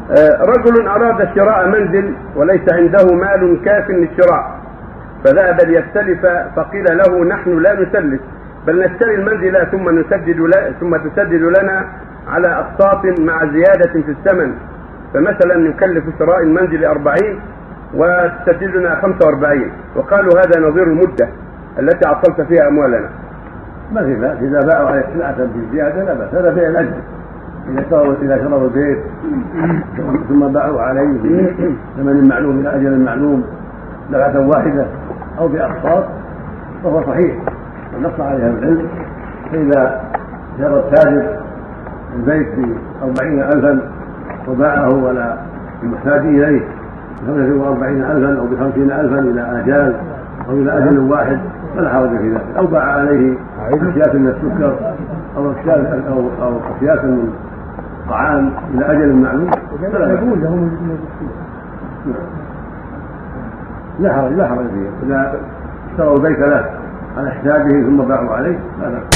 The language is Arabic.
رجل أراد شراء منزل وليس عنده مال كاف للشراء، فذهب ليستلف، فقيل له نحن لا نسلف بل نشتري المنزل ثم تسدد لنا على أقساط مع زيادة في الثمن، فمثلا نكلف شراء المنزل 40 وتسدد لنا 45، وقالوا هذا نظير المدة التي عطلت فيها أموالنا. ما في بأس إذا باعوا عليه سلعة بالزيادة لا بأس، هذا بيع الأجل. إذا شروا البيت ثم باعوا عليه بثمن معلوم إلى أجل معلوم دفعة واحدة أو بأقساط فهو صحيح ونص عليها العلم. فإذا شرى التاجر البيت ب40,000 وباعه ولا المحتاج إليه ب45,000 أو ب50,000 إلى آجال أو إلى أجل واحد فلا حرج في ذلك، أو باع عليه أكياس من السكر أو أكياس من طعام إلى أجل معلوم فلا يقول لهم لا حرج فيه. إذا اشتروا البيت له على حسابه ثم باعوا عليه لا